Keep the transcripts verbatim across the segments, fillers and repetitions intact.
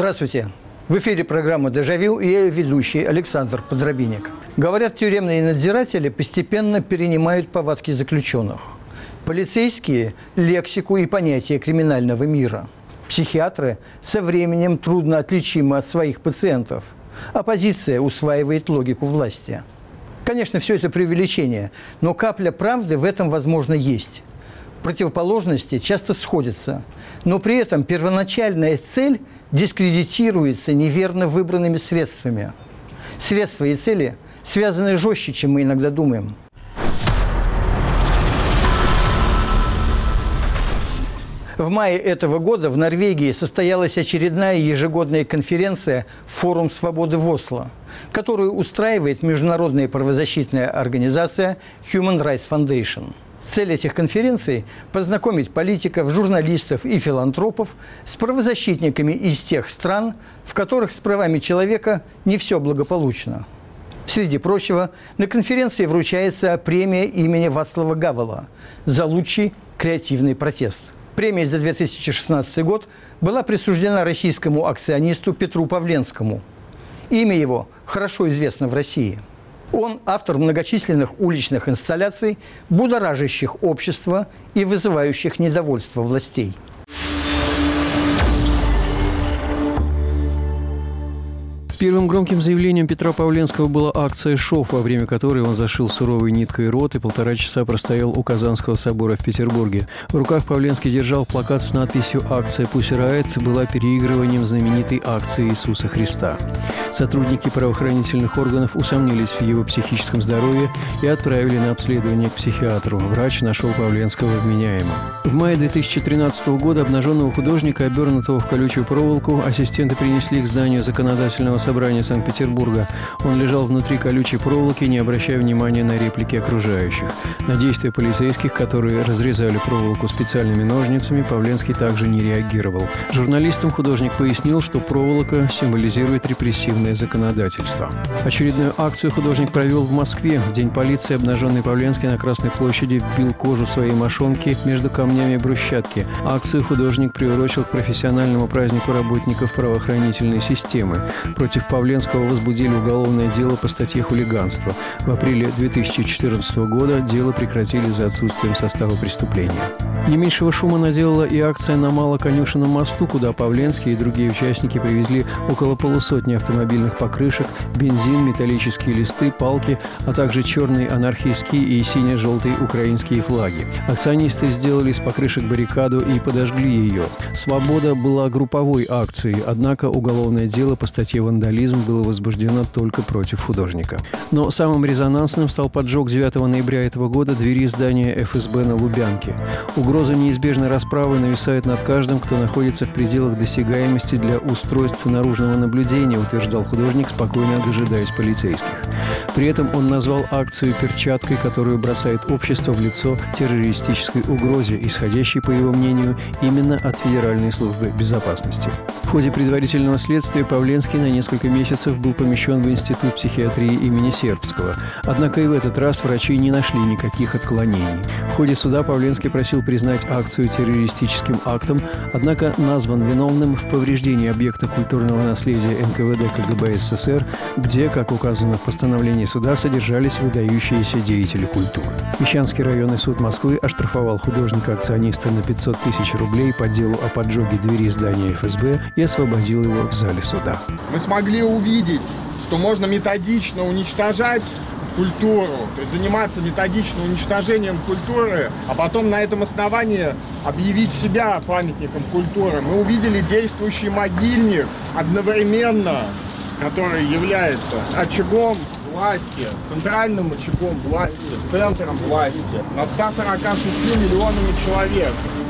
Здравствуйте! В эфире программа «Дежавю» и я ведущий Александр Подробинник. Говорят, тюремные надзиратели постепенно перенимают повадки заключенных. Полицейские – лексику и понятия криминального мира. Психиатры со временем трудно отличимы от своих пациентов. Оппозиция усваивает логику власти. Конечно, все это преувеличение, но капля правды в этом, возможно, есть. Противоположности часто сходятся, но при этом первоначальная цель дискредитируется неверно выбранными средствами. Средства и цели связаны жестче, чем мы иногда думаем. В мае этого года в Норвегии состоялась очередная ежегодная конференция «Форум свободы в Осло», которую устраивает международная правозащитная организация Human Rights Foundation. Цель этих конференций – познакомить политиков, журналистов и филантропов с правозащитниками из тех стран, в которых с правами человека не все благополучно. Среди прочего, на конференции вручается премия имени Вацлава Гавела за лучший креативный протест. Премия за две тысячи шестнадцатый год была присуждена российскому акционисту Петру Павленскому. Имя его хорошо известно в России. Он автор многочисленных уличных инсталляций, будоражащих общество и вызывающих недовольство властей. Первым громким заявлением Петра Павленского была акция «Шов», во время которой он зашил суровой ниткой рот и полтора часа простоял у Казанского собора в Петербурге. В руках Павленский держал плакат с надписью «Акция Pussy Riot» была переигрыванием знаменитой акции Иисуса Христа. Сотрудники правоохранительных органов усомнились в его психическом здоровье и отправили на обследование к психиатру. Врач нашел Павленского вменяемым. В мае две тысячи тринадцатого года обнаженного художника, обернутого в колючую проволоку, ассистенты принесли к зданию законодательного собрания собрания Санкт-Петербурга. Он лежал внутри колючей проволоки, не обращая внимания на реплики окружающих. На действия полицейских, которые разрезали проволоку специальными ножницами, Павленский также не реагировал. Журналистам художник пояснил, что проволока символизирует репрессивное законодательство. Очередную акцию художник провел в Москве. В День полиции обнаженный Павленский на Красной площади вбил кожу своей мошонки между камнями брусчатки. Акцию художник приурочил к профессиональному празднику работников правоохранительной системы. Против Павленского возбудили уголовное дело по статье «Хулиганство». В апреле две тысячи четырнадцатого года дело прекратили за отсутствием состава преступления. Не меньшего шума наделала и акция на Малоконюшенном мосту, куда Павленский и другие участники привезли около полусотни автомобильных покрышек, бензин, металлические листы, палки, а также черные анархистские и сине-желтые украинские флаги. Акционисты сделали из покрышек баррикаду и подожгли ее. «Свобода» была групповой акцией, однако уголовное дело по статье «Вандализм» было возбуждено только против художника. Но самым резонансным стал поджог девятого ноября этого года двери здания эф эс бэ на Лубянке. Угроза неизбежной расправы нависает над каждым, кто находится в пределах досягаемости для устройства наружного наблюдения, утверждал художник, спокойно дожидаясь полицейских. При этом он назвал акцию перчаткой, которую бросает общество в лицо террористической угрозе, исходящей, по его мнению, именно от Федеральной службы безопасности. В ходе предварительного следствия Павленский на несколько месяцев был помещен в Институт психиатрии имени Сербского. Однако и в этот раз врачи не нашли никаких отклонений. В ходе суда Павленский просил признать акцию террористическим актом, однако назван виновным в повреждении объекта культурного наследия эн ка вэ дэ ка гэ бэ эс эс эс эр, где, как указано в постановлении суда, содержались выдающиеся деятели культуры. Мещанский районный суд Москвы оштрафовал художника-акциониста на пятьсот тысяч рублей по делу о поджоге двери здания эф эс бэ и освободил его в зале суда. Мы смогли увидеть, что можно методично уничтожать культуру, то есть заниматься методичным уничтожением культуры, а потом на этом основании объявить себя памятником культуры. Мы увидели действующий могильник одновременно, который является очагом власти, центральным очагом власти, центром власти над ста сорока шестью миллионами человек.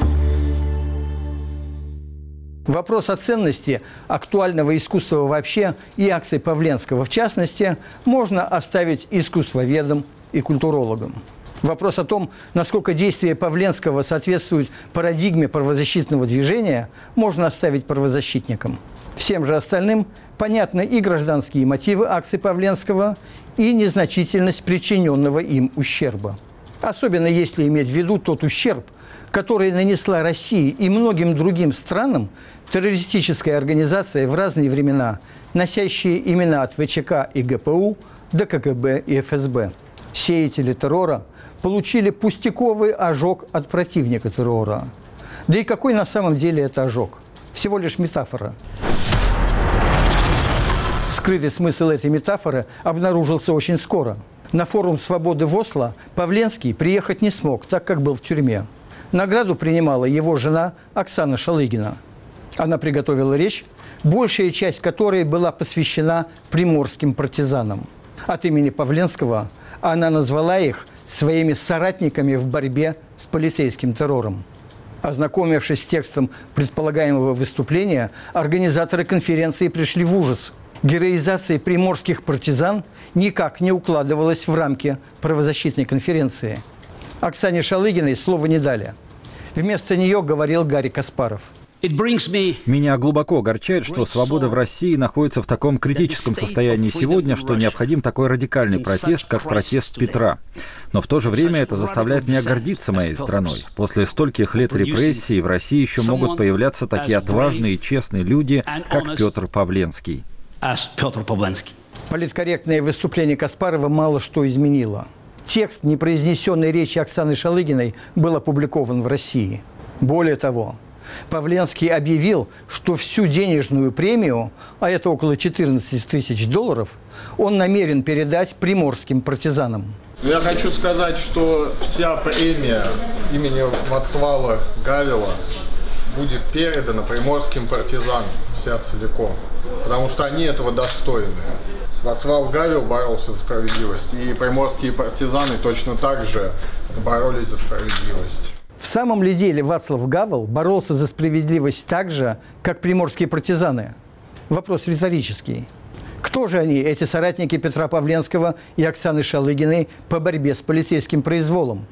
Вопрос о ценности актуального искусства вообще и акций Павленского в частности можно оставить искусствоведам и культурологам. Вопрос о том, насколько действия Павленского соответствуют парадигме правозащитного движения, можно оставить правозащитникам. Всем же остальным понятны и гражданские мотивы акций Павленского, и незначительность причиненного им ущерба. Особенно если иметь в виду тот ущерб, который нанесла России и многим другим странам террористическая организация в разные времена, носящие имена от вэ че ка и гэ пэ у до ка гэ бэ и эф эс бэ. Сеятели террора получили пустяковый ожог от противника террора. Да и какой на самом деле это ожог? Всего лишь метафора. Скрытый смысл этой метафоры обнаружился очень скоро. На форум свободы в Осло Павленский приехать не смог, так как был в тюрьме. Награду принимала его жена Оксана Шалыгина. Она приготовила речь, большая часть которой была посвящена приморским партизанам. От имени Павленского она назвала их своими соратниками в борьбе с полицейским террором. Ознакомившись с текстом предполагаемого выступления, организаторы конференции пришли в ужас. Героизация приморских партизан никак не укладывалась в рамки правозащитной конференции. Оксане Шалыгиной слова не дали. Вместо нее говорил Гарри Каспаров. Меня глубоко огорчает, что свобода в России находится в таком критическом состоянии сегодня, что необходим такой радикальный протест, как протест Петра. Но в то же время это заставляет меня гордиться моей страной. После стольких лет репрессий в России еще могут появляться такие отважные и честные люди, как Петр Павленский. Политкорректное выступление Каспарова мало что изменило. Текст непроизнесенной речи Оксаны Шалыгиной был опубликован в России. Более того, Павленский объявил, что всю денежную премию, а это около четырнадцати тысяч долларов, он намерен передать приморским партизанам. Я хочу сказать, что вся премия имени Вацлава Гавела будет передана приморским партизанам, вся целиком, потому что они этого достойны. Вацлав Гавел боролся за справедливость, и приморские партизаны точно так же боролись за справедливость. В самом ли деле Вацлав Гавел боролся за справедливость так же, как приморские партизаны? Вопрос риторический. Кто же они, эти соратники Петра Павленского и Оксаны Шалыгиной, по борьбе с полицейским произволом?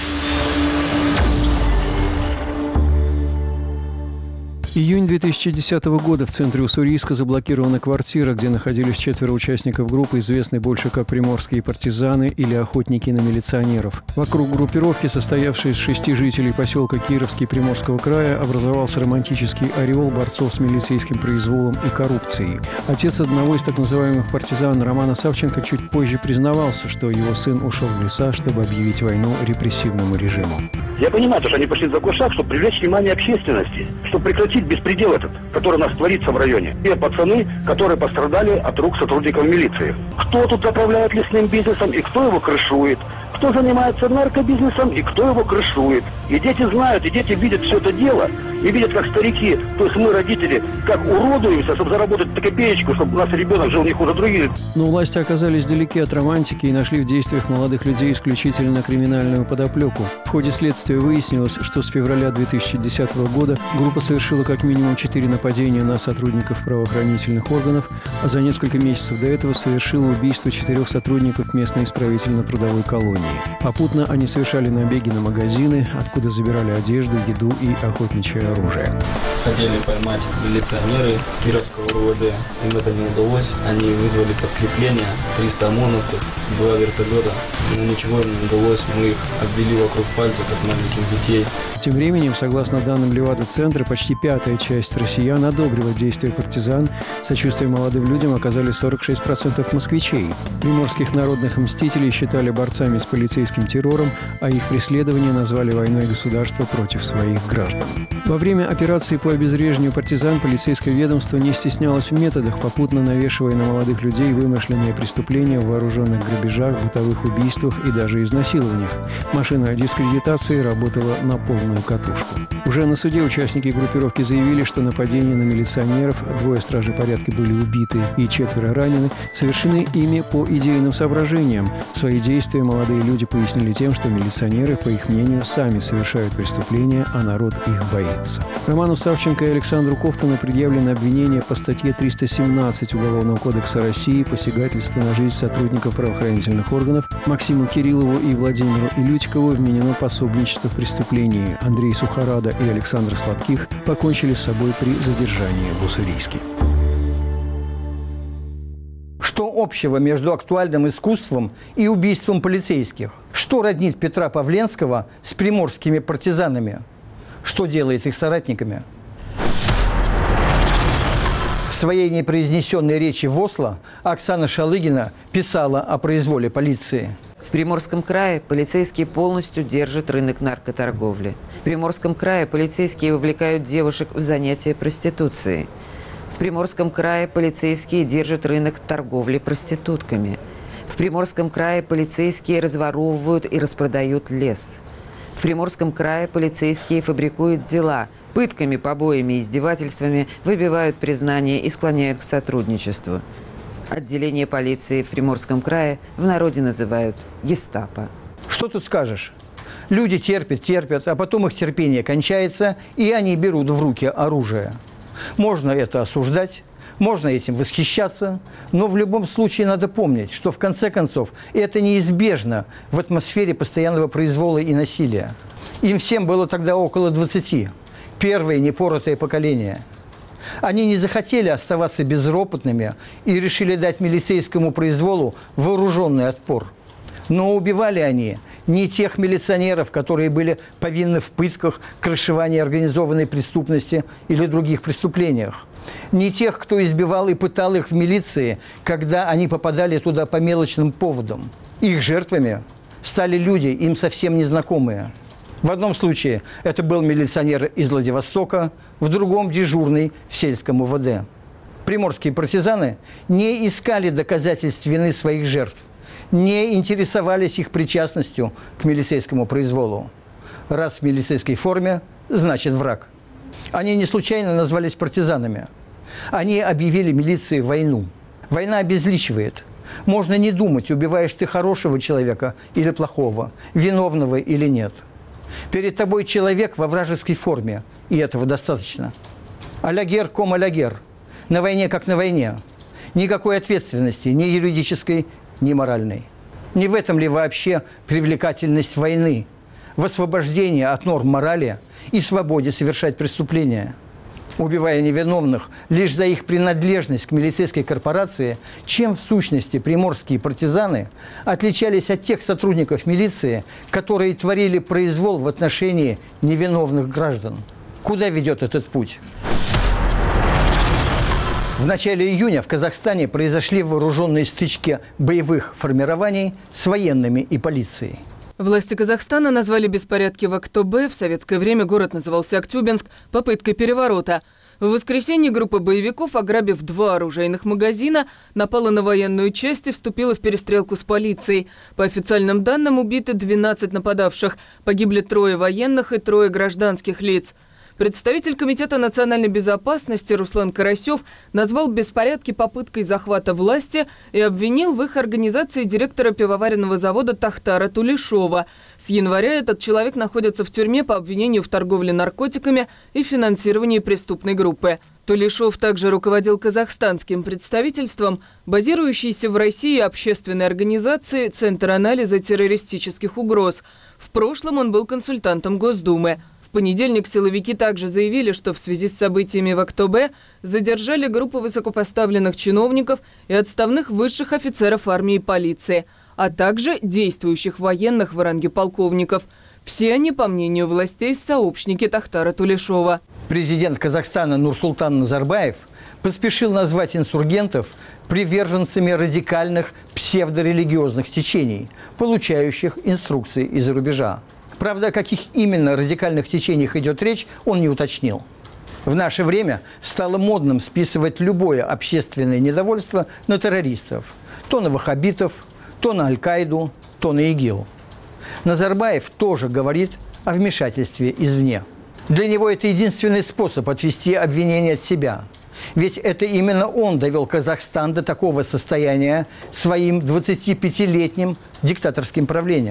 Июнь две тысячи десятого года. В центре Уссурийска заблокирована квартира, где находились четверо участников группы, известной больше как приморские партизаны или охотники на милиционеров. Вокруг группировки, состоявшей из шести жителей поселка Кировский Приморского края, образовался романтический ореол борцов с милицейским произволом и коррупцией. Отец одного из так называемых партизан, Романа Савченко, чуть позже признавался, что его сын ушел в леса, чтобы объявить войну репрессивному режиму. Я понимаю, что они пошли за такой шаг, чтобы привлечь внимание общественности, чтобы прекратить беспредел этот, который у нас творится в районе. Те пацаны, которые пострадали от рук сотрудников милиции. Кто тут заправляет лесным бизнесом и кто его крышует? Кто занимается наркобизнесом и кто его крышует? И дети знают, и дети видят все это дело, и видят, как старики, то есть мы, родители, как уродуемся, чтобы заработать копеечку, чтобы у нас ребенок жил не хуже других. Но власти оказались далеки от романтики и нашли в действиях молодых людей исключительно криминальную подоплеку. В ходе следствия выяснилось, что с февраля две тысячи десятого года группа совершила как минимум четыре нападения на сотрудников правоохранительных органов, а за несколько месяцев до этого совершила убийство четырех сотрудников местной исправительно-трудовой колонии. Попутно они совершали набеги на магазины, откуда забирали одежду, еду и охотничье оружие. Хотели поймать милиционеры Кировского эр вэ дэ. Им это не удалось. Они вызвали подкрепление, триста ОМОНовцев, два вертолета. Но ничего им не удалось. Мы их обвели вокруг пальца, как маленьких детей. Тем временем, согласно данным Левада-центра, почти пятая часть россиян одобрила действия партизан. Сочувствием молодым людям оказали сорок шесть процентов москвичей. Приморских народных мстителей считали борцами с полицейским террором, а их преследование назвали войной государства против своих граждан. Во время операции по обезвреживанию партизан полицейское ведомство не стеснялось в методах, попутно навешивая на молодых людей вымышленные преступления в вооруженных грабежах, бытовых убийствах и даже изнасилованиях. Машина дискредитации работала на полную катушку. Уже на суде участники группировки заявили, что нападения на милиционеров, двое стражей порядка были убиты и четверо ранены, совершены ими по идейным соображениям. Свои действия молодые люди пояснили тем, что милиционеры, по их мнению, сами совершают преступления, а народ их боится. Роману Савченко и Александру Ковтуну предъявлено обвинение по статье триста семнадцать Уголовного кодекса России «Посягательство на жизнь сотрудников правоохранительных органов». Максиму Кириллову и Владимиру Илютикову вменено пособничество в преступлении. Андрей Сухорада и Александр Сладких покончили с собой при задержании в Уссурийске. Что общего между актуальным искусством и убийством полицейских? Что роднит Петра Павленского с приморскими партизанами? Что делает их соратниками? В своей непроизнесенной речи в Осло Оксана Шалыгина писала о произволе полиции. В Приморском крае полицейские полностью держат рынок наркоторговли. В Приморском крае полицейские вовлекают девушек в занятия проституцией. В Приморском крае полицейские держат рынок торговли проститутками. В Приморском крае полицейские разворовывают и распродают лес. В Приморском крае полицейские фабрикуют дела, пытками, побоями и издевательствами выбивают признание и склоняют к сотрудничеству. Отделение полиции в Приморском крае в народе называют гестапо. Что тут скажешь? Люди терпят, терпят, а потом их терпение кончается, и они берут в руки оружие. Можно это осуждать, можно этим восхищаться, но в любом случае надо помнить, что в конце концов это неизбежно в атмосфере постоянного произвола и насилия. Им всем было тогда около двадцати. Первое непоротое поколение. Они не захотели оставаться безропотными и решили дать милицейскому произволу вооруженный отпор. Но убивали они не тех милиционеров, которые были повинны в пытках, крышевании организованной преступности или других преступлениях. Не тех, кто избивал и пытал их в милиции, когда они попадали туда по мелочным поводам. Их жертвами стали люди, им совсем незнакомые. В одном случае это был милиционер из Владивостока, в другом – дежурный в сельском УВД. Приморские партизаны не искали доказательств вины своих жертв, не интересовались их причастностью к милицейскому произволу. Раз в милицейской форме, значит враг. Они не случайно назвались партизанами. Они объявили милиции войну. Война обезличивает. Можно не думать, убиваешь ты хорошего человека или плохого, виновного или нет. Перед тобой человек во вражеской форме, и этого достаточно. Алягер ком алягер. На войне как на войне. Никакой ответственности, ни юридической, ни моральной. Не в этом ли вообще привлекательность войны? В освобождении от норм морали и свободе совершать преступления. Убивая невиновных лишь за их принадлежность к милицейской корпорации, чем в сущности приморские партизаны отличались от тех сотрудников милиции, которые творили произвол в отношении невиновных граждан? Куда ведет этот путь? В начале июня в Казахстане произошли вооруженные стычки боевых формирований с военными и полицией. Власти Казахстана назвали беспорядки в Актобе, в советское время город назывался Актюбинск, попыткой переворота. В воскресенье группа боевиков, ограбив два оружейных магазина, напала на военную часть и вступила в перестрелку с полицией. По официальным данным, убиты двенадцать нападавших. Погибли трое военных и трое гражданских лиц. Представитель Комитета национальной безопасности Руслан Карасев назвал беспорядки попыткой захвата власти и обвинил в их организации директора пивоваренного завода Тахтара Тулешова. С января этот человек находится в тюрьме по обвинению в торговле наркотиками и финансировании преступной группы. Тулешов также руководил казахстанским представительством, базирующейся в России общественной организации «Центр анализа террористических угроз». В прошлом он был консультантом Госдумы. В понедельник силовики также заявили, что в связи с событиями в Актобе задержали группу высокопоставленных чиновников и отставных высших офицеров армии и полиции, а также действующих военных в ранге полковников. Все они, по мнению властей, сообщники Тахтара Тулешова. Президент Казахстана Нурсултан Назарбаев поспешил назвать инсургентов приверженцами радикальных псевдорелигиозных течений, получающих инструкции из-за рубежа. Правда, о каких именно радикальных течениях идет речь, он не уточнил. В наше время стало модным списывать любое общественное недовольство на террористов. То на ваххабитов, то на Аль-Каиду, то на ИГИЛ. Назарбаев тоже говорит о вмешательстве извне. Для него это единственный способ отвести обвинение от себя. Ведь это именно он довел Казахстан до такого состояния своим двадцатипятилетним диктаторским правлением.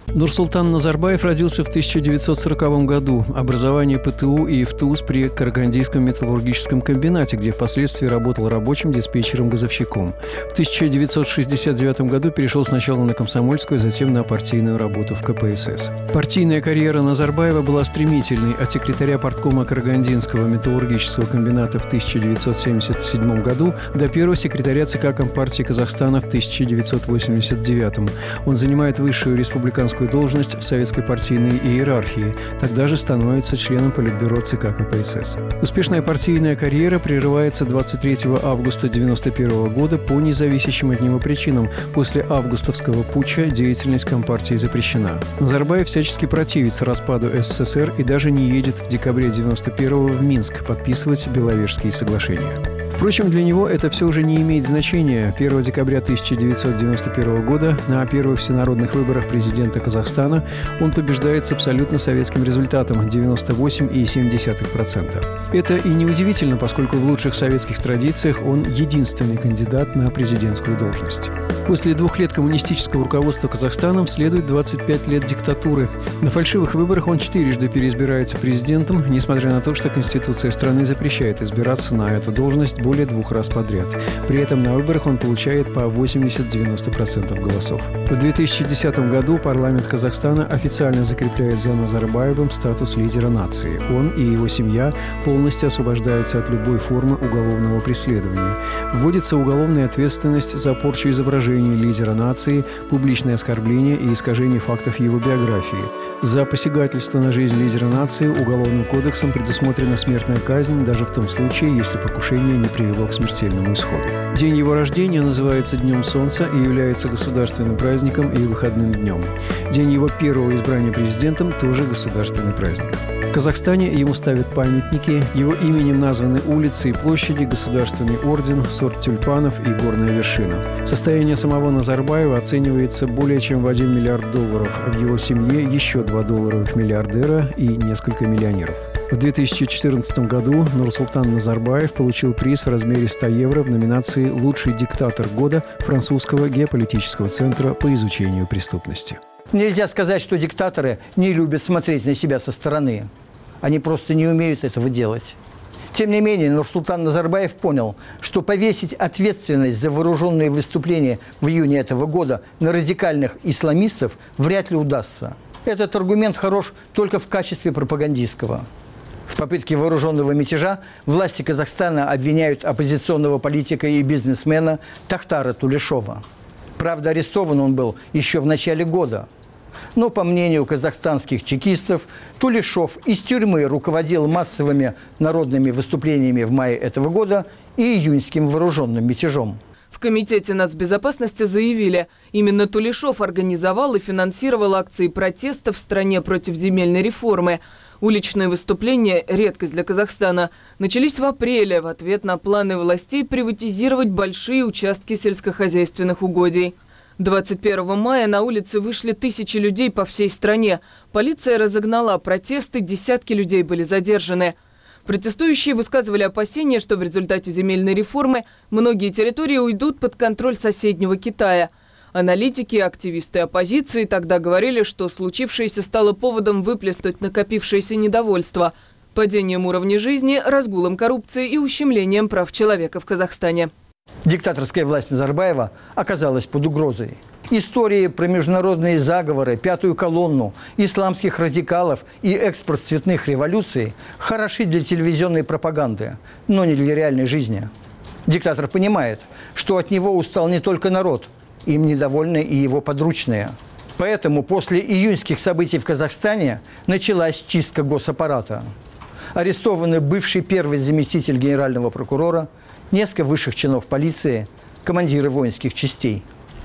Нурсултан Назарбаев родился в тысяча девятьсот сороковом году. Образование ПТУ и ИФТУС при Карагандийском металлургическом комбинате, где впоследствии работал рабочим диспетчером-газовщиком. В тысяча девятьсот шестьдесят девятом году перешел сначала на комсомольскую, затем на партийную работу в ка пэ эс эс. Партийная карьера Назарбаева была стремительной. От секретаря парткома Карагандинского металлургического комбината в тысяча девятьсот семьдесят седьмом году до первого секретаря ЦК Компартии Казахстана в тысяча девятьсот восемьдесят девятом. Он занимает высшую республиканскую должность в советской партийной иерархии. Тогда же становится членом Политбюро ЦК ка пэ эс эс. Успешная партийная карьера прерывается двадцать третьего августа девяносто первого года по независящим от него причинам. После августовского путча деятельность Компартии запрещена. Назарбаев всячески противится распаду эс эс эс эр и даже не едет в декабре девяносто первого в Минск подписывать Беловежские соглашения. Впрочем, для него это все уже не имеет значения. первого декабря тысяча девятьсот девяносто первого года на первых всенародных выборах президента Казахстана он побеждает с абсолютно советским результатом – девяносто восемь целых семь десятых процента. Это и неудивительно, поскольку в лучших советских традициях он единственный кандидат на президентскую должность. После двух лет коммунистического руководства Казахстаном следует двадцать пять лет диктатуры. На фальшивых выборах он четырежды переизбирается президентом, несмотря на то, что Конституция страны запрещает избираться на эту должность более двух раз подряд. При этом на выборах он получает по восемьдесят-девяносто процентов голосов. В две тысячи десятом году парламент Казахстана официально закрепляет за Назарбаевым статус лидера нации. Он и его семья полностью освобождаются от любой формы уголовного преследования. Вводится уголовная ответственность за порчу изображений лидера нации, публичное оскорбление и искажение фактов его биографии. За посягательство на жизнь лидера нации Уголовным кодексом предусмотрена смертная казнь даже в том случае, если покушение не привело к смертельному исходу. День его рождения называется Днем Солнца и является государственным праздником и выходным днем. День его первого избрания президентом тоже государственный праздник. В Казахстане ему ставят памятники, его именем названы улицы и площади, государственный орден, сорт тюльпанов и горная вершина. Состояние самого Назарбаева оценивается более чем в один миллиард долларов, а в его семье еще два долларовых миллиардера и несколько миллионеров. В две тысячи четырнадцатом году Нурсултан Назарбаев получил приз в размере ста евро в номинации «Лучший диктатор года» французского геополитического центра по изучению преступности. Нельзя сказать, что диктаторы не любят смотреть на себя со стороны. Они просто не умеют этого делать. Тем не менее, Нурсултан Назарбаев понял, что повесить ответственность за вооруженные выступления в июне этого года на радикальных исламистов вряд ли удастся. Этот аргумент хорош только в качестве пропагандистского. В попытке вооруженного мятежа власти Казахстана обвиняют оппозиционного политика и бизнесмена Тахтара Тулешова. Правда, арестован он был еще в начале года. Но, по мнению казахстанских чекистов, Тулешов из тюрьмы руководил массовыми народными выступлениями в мае этого года и июньским вооруженным мятежом. В Комитете нацбезопасности заявили, именно Тулешов организовал и финансировал акции протеста в стране против земельной реформы. Уличные выступления, редкость для Казахстана, начались в апреле в ответ на планы властей приватизировать большие участки сельскохозяйственных угодий. двадцать первого мая на улицы вышли тысячи людей по всей стране. Полиция разогнала протесты, десятки людей были задержаны. Протестующие высказывали опасения, что в результате земельной реформы многие территории уйдут под контроль соседнего Китая. Аналитики и активисты оппозиции тогда говорили, что случившееся стало поводом выплеснуть накопившееся недовольство падением уровня жизни, разгулом коррупции и ущемлением прав человека в Казахстане. Диктаторская власть Назарбаева оказалась под угрозой. Истории про международные заговоры, пятую колонну, исламских радикалов и экспорт цветных революций хороши для телевизионной пропаганды, но не для реальной жизни. Диктатор понимает, что от него устал не только народ, им недовольны и его подручные. Поэтому после июньских событий в Казахстане началась чистка госаппарата. Арестованы бывший первый заместитель генерального прокурора, несколько высших чинов полиции, командиры воинских частей.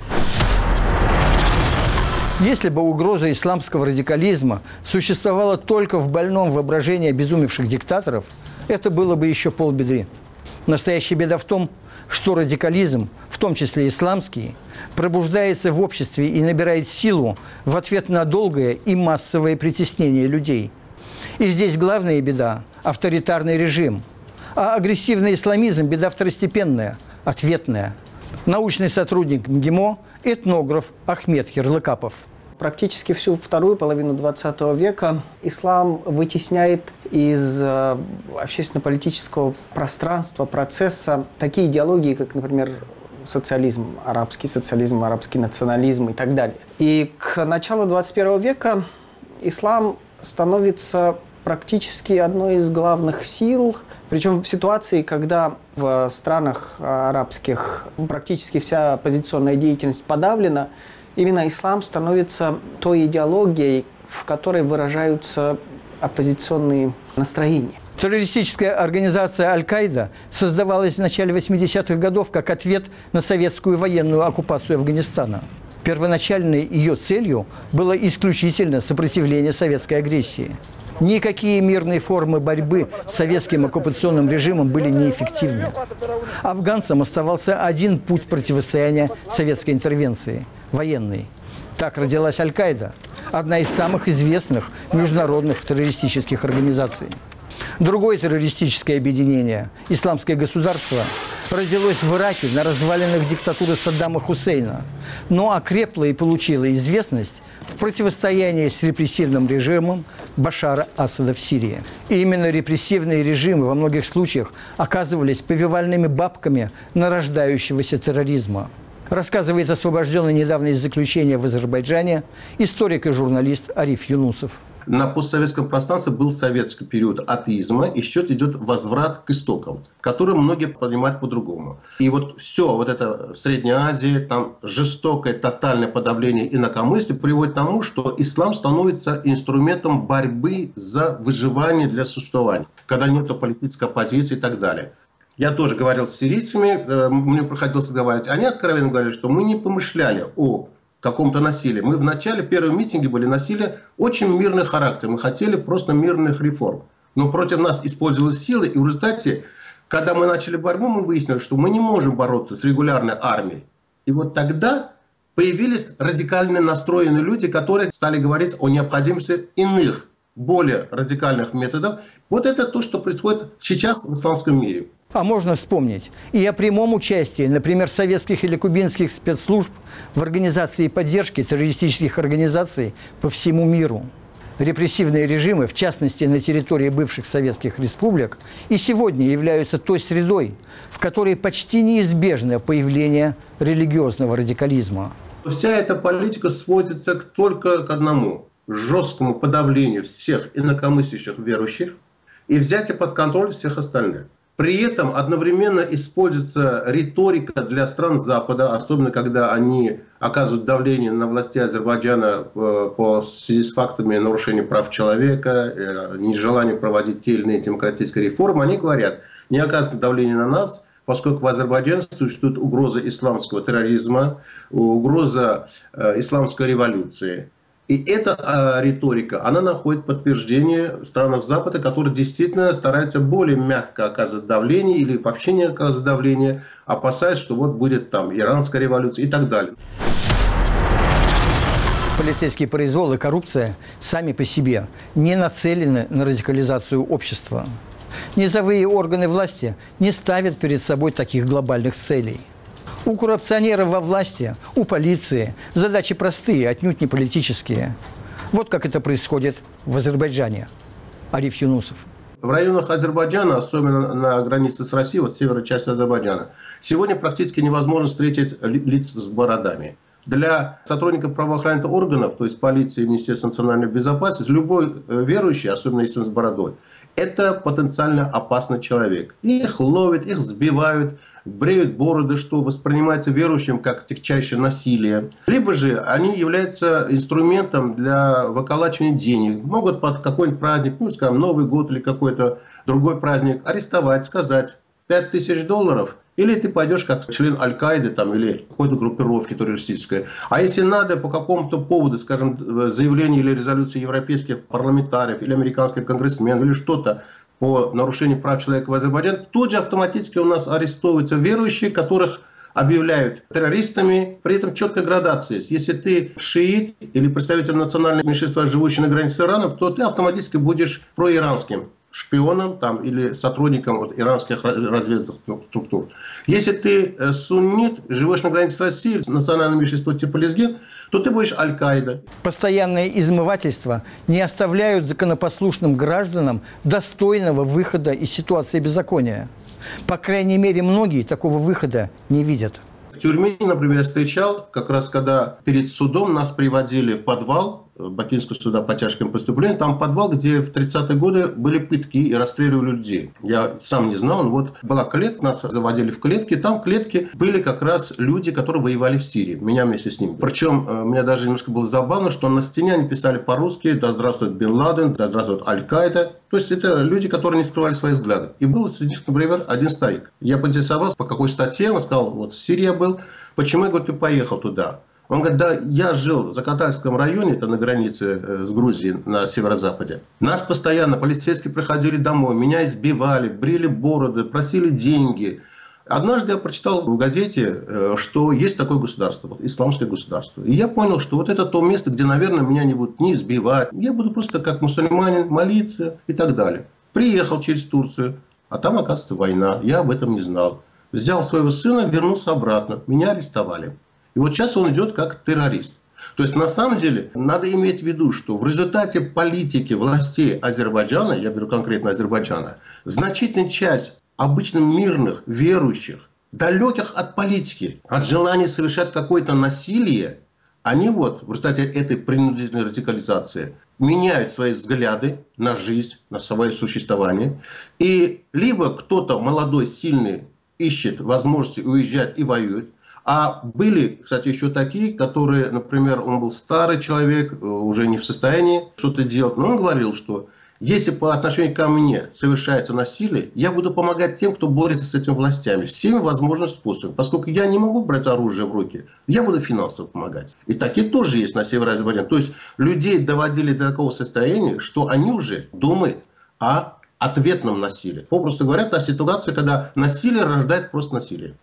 Если бы угроза исламского радикализма существовала только в больном воображении обезумевших диктаторов, это было бы еще полбеды. Настоящая беда в том, что радикализм, в том числе исламский, пробуждается в обществе и набирает силу в ответ на долгое и массовое притеснение людей. И здесь главная беда – авторитарный режим. А агрессивный исламизм – беда второстепенная, ответная. Научный сотрудник МГИМО, этнограф Ахмед Ярлыкапов. Практически всю вторую половину двадцатого века ислам вытесняет из э, общественно-политического пространства, процесса такие идеологии, как, например, социализм, арабский социализм, арабский национализм и так далее. И к началу двадцать первого века ислам становится практически одной из главных сил, причем в ситуации, когда в странах арабских практически вся оппозиционная деятельность подавлена, именно ислам становится той идеологией, в которой выражаются оппозиционные настроения. Террористическая организация «Аль-Каида» создавалась в начале восьмидесятых годов как ответ на советскую военную оккупацию Афганистана. Первоначальной ее целью было исключительно сопротивление советской агрессии. Никакие мирные формы борьбы с советским оккупационным режимом были неэффективны. Афганцам оставался один путь противостояния советской интервенции – военный. Так родилась «Аль-Каида», одна из самых известных международных террористических организаций. Другое террористическое объединение – «Исламское государство» родилось в Ираке на развалинах диктатуры Саддама Хусейна, но окрепло и получило известность в противостоянии с репрессивным режимом Башара Асада в Сирии. И именно репрессивные режимы во многих случаях оказывались повивальными бабками нарождающегося терроризма. Рассказывает освобожденный недавно из заключения в Азербайджане историк и журналист Ариф Юнусов. На постсоветском пространстве был советский период атеизма, и счет идет возврат к истокам, который многие понимают по-другому. И вот все, вот это в Средней Азии, там жестокое, тотальное подавление инакомыслия приводит к тому, что ислам становится инструментом борьбы за выживание для существования, когда нет политической оппозиции и так далее. Я тоже говорил с сирийцами, мне приходилось говорить, они откровенно говорят, что мы не помышляли о каком-то насилии. Мы в начале, первые митинги были насилия очень мирный характер. Мы хотели просто мирных реформ. Но против нас использовалась сила, и в результате, когда мы начали борьбу, мы выяснили, что мы не можем бороться с регулярной армией. И вот тогда появились радикально настроенные люди, которые стали говорить о необходимости иных, более радикальных методов. Вот это то, что происходит сейчас в исламском мире. А можно вспомнить и о прямом участии, например, советских или кубинских спецслужб в организации поддержки террористических организаций по всему миру. Репрессивные режимы, в частности на территории бывших советских республик, и сегодня являются той средой, в которой почти неизбежно появление религиозного радикализма. Вся эта политика сводится только к одному – жесткому подавлению всех инакомыслящих верующих и взятие под контроль всех остальных. При этом одновременно используется риторика для стран Запада, особенно когда они оказывают давление на власти Азербайджана по связи с фактами нарушения прав человека, нежелания проводить те или иные демократические реформы. Они говорят, не оказывают давление на нас, поскольку в Азербайджане существует угроза исламского терроризма, угроза исламской революции. И эта а, риторика, она находит подтверждение в странах Запада, которые действительно стараются более мягко оказывать давление или вообще не оказывать давление, опасаясь, что вот будет там иранская революция и так далее. Полицейский произвол и коррупция сами по себе не нацелены на радикализацию общества. Низовые органы власти не ставят перед собой таких глобальных целей. У коррупционеров во власти, у полиции задачи простые, отнюдь не политические. Вот как это происходит в Азербайджане. Ариф Юнусов. В районах Азербайджана, особенно на границе с Россией, вот северной части Азербайджана, сегодня практически невозможно встретить лиц с бородами. Для сотрудников правоохранительных органов, то есть полиции и Министерства национальной безопасности, любой верующий, особенно если он с бородой, это потенциально опасный человек. Их ловят, их сбивают, бреют бороды, что воспринимается верующим как тягчайшее насилие. Либо же они являются инструментом для выколачивания денег. Могут под какой-нибудь праздник, ну, скажем, Новый год или какой-то другой праздник, арестовать, сказать пять тысяч долларов, или ты пойдешь как член Аль-Каиды там, или какой-то группировки террористической. А если надо по какому-то поводу, скажем, заявление или резолюции европейских парламентариев, или американских конгрессменов, или что-то, по нарушению прав человека в Азербайджане, тут же автоматически у нас арестовываются верующие, которых объявляют террористами, при этом четкая градация есть. Если ты шиит или представитель национального меньшинства, живущий на границе с Ираном, то ты автоматически будешь проиранским. шпионом там, или сотрудником вот, иранских разведывательных структур. Если ты суннит, живешь на границе с Россией, национальное меньшинство типа лезгин, то ты будешь Аль-Каида. Постоянное измывательство не оставляют законопослушным гражданам достойного выхода из ситуации беззакония. По крайней мере, многие такого выхода не видят. В тюрьме, например, я встречал, как раз когда перед судом нас приводили в подвал Бакинского суда по тяжким преступлениям. Там подвал, где в тридцатые годы были пытки и расстреливали людей. Я сам не знал, но вот была клетка, нас заводили в клетки. Там в клетке были как раз люди, которые воевали в Сирии. Меня вместе с ними. Причем, мне даже немножко было забавно, что на стене они писали по-русски «Да здравствует Бен Ладен», «Да здравствует Аль-Каида». То есть это люди, которые не скрывали свои взгляды. И был среди них, например, один старик. Я поинтересовался, по какой статье. Он сказал, вот в Сирии я был. Почему, я говорю, ты поехал туда? Он говорит, да, я жил в Закатальском районе, это на границе с Грузией, на северо-западе. Нас постоянно полицейские приходили домой, меня избивали, брили бороды, просили деньги. Однажды я прочитал в газете, что есть такое государство, вот, исламское государство. И я понял, что вот это то место, где, наверное, меня не будут не избивать. Я буду просто как мусульманин молиться и так далее. Приехал через Турцию, а там, оказывается, война. Я об этом не знал. Взял своего сына, вернулся обратно. Меня арестовали. И вот сейчас он идет как террорист. То есть, на самом деле, надо иметь в виду, что в результате политики властей Азербайджана, я беру конкретно Азербайджана, значительная часть обычно мирных, верующих, далеких от политики, от желания совершать какое-то насилие, они вот в результате этой принудительной радикализации меняют свои взгляды на жизнь, на свое существование. И либо кто-то молодой, сильный ищет возможности уезжать и воюет. А были, кстати, еще такие, которые, например, он был старый человек, уже не в состоянии что-то делать. Но он говорил, что если по отношению ко мне совершается насилие, я буду помогать тем, кто борется с этими властями, всеми возможными способами. Поскольку я не могу брать оружие в руки, я буду финансово помогать. И такие тоже есть на севере Азербайджана. То есть людей доводили до такого состояния, что они уже думают о ответном насилии. Попросту говоря, та ситуация, когда насилие рождает просто насилие.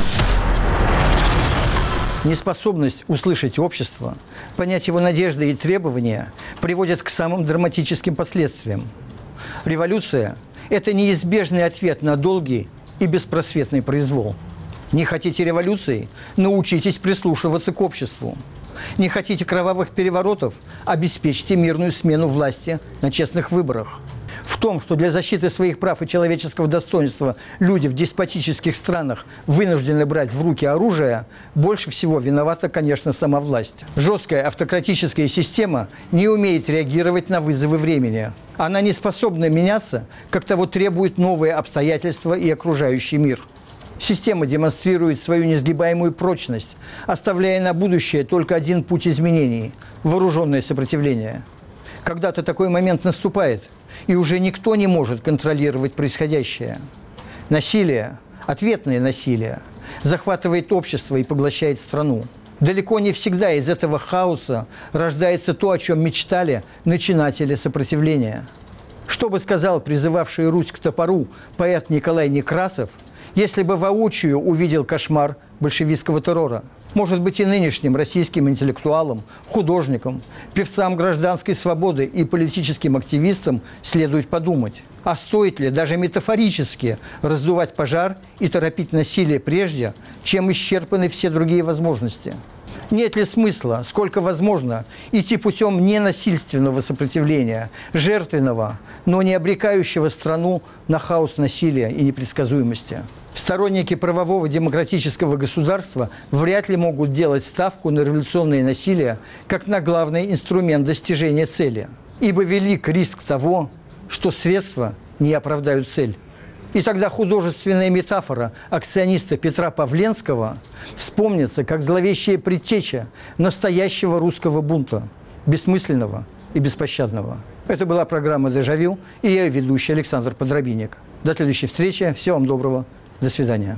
Неспособность услышать общество, понять его надежды и требования приводит к самым драматическим последствиям. Революция – это неизбежный ответ на долгий и беспросветный произвол. Не хотите революции – научитесь прислушиваться к обществу. Не хотите кровавых переворотов – обеспечьте мирную смену власти на честных выборах. В том, что для защиты своих прав и человеческого достоинства люди в деспотических странах вынуждены брать в руки оружие, больше всего виновата, конечно, сама власть. Жесткая автократическая система не умеет реагировать на вызовы времени. Она не способна меняться, как того требуют новые обстоятельства и окружающий мир. Система демонстрирует свою несгибаемую прочность, оставляя на будущее только один путь изменений – вооруженное сопротивление. Когда-то такой момент наступает, и уже никто не может контролировать происходящее. Насилие, ответное насилие, захватывает общество и поглощает страну. Далеко не всегда из этого хаоса рождается то, о чем мечтали начинатели сопротивления. Что бы сказал призывавший Русь к топору поэт Николай Некрасов, если бы воочию увидел кошмар большевистского террора? Может быть, и нынешним российским интеллектуалам, художникам, певцам гражданской свободы и политическим активистам следует подумать, а стоит ли даже метафорически раздувать пожар и торопить насилие прежде, чем исчерпаны все другие возможности? Нет ли смысла, сколько возможно, идти путем ненасильственного сопротивления, жертвенного, но не обрекающего страну на хаос насилия и непредсказуемости? Сторонники правового демократического государства вряд ли могут делать ставку на революционное насилие как на главный инструмент достижения цели, ибо велик риск того, что средства не оправдают цель. И тогда художественная метафора акциониста Петра Павленского вспомнится как зловещая предтеча настоящего русского бунта, бессмысленного и беспощадного. Это была программа «Дежавю», и я ее ведущий Александр Подробинник. До следующей встречи. Всего вам доброго. До свидания.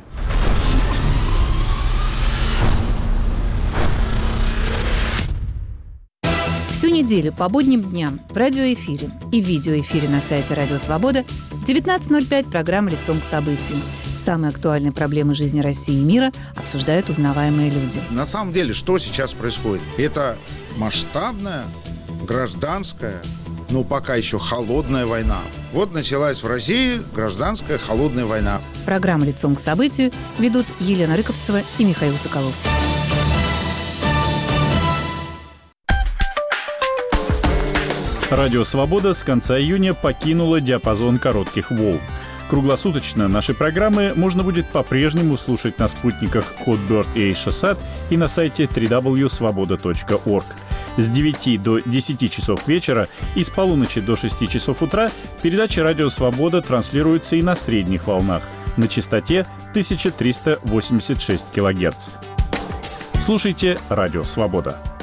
Всю неделю по будним дням в радиоэфире и видеоэфире на сайте «Радио Свобода» в девятнадцать ноль пять программа «Лицом к событию». Самые актуальные проблемы жизни России и мира обсуждают узнаваемые люди. На самом деле, что сейчас происходит? Это масштабная гражданская, но пока еще холодная война. Вот началась в России гражданская холодная война. Программу «Лицом к событию» ведут Елена Рыковцева и Михаил Соколов. Радио «Свобода» с конца июня покинула диапазон коротких волн. Круглосуточно наши программы можно будет по-прежнему слушать на спутниках Hotbird и Эйшасат и на сайте дабл ю дабл ю дабл ю точка свобода точка орг. С девяти до десяти часов вечера и с полуночи до шести часов утра передача «Радио Свобода» транслируется и на средних волнах на частоте тысяча триста восемьдесят шесть килогерц. Слушайте «Радио Свобода».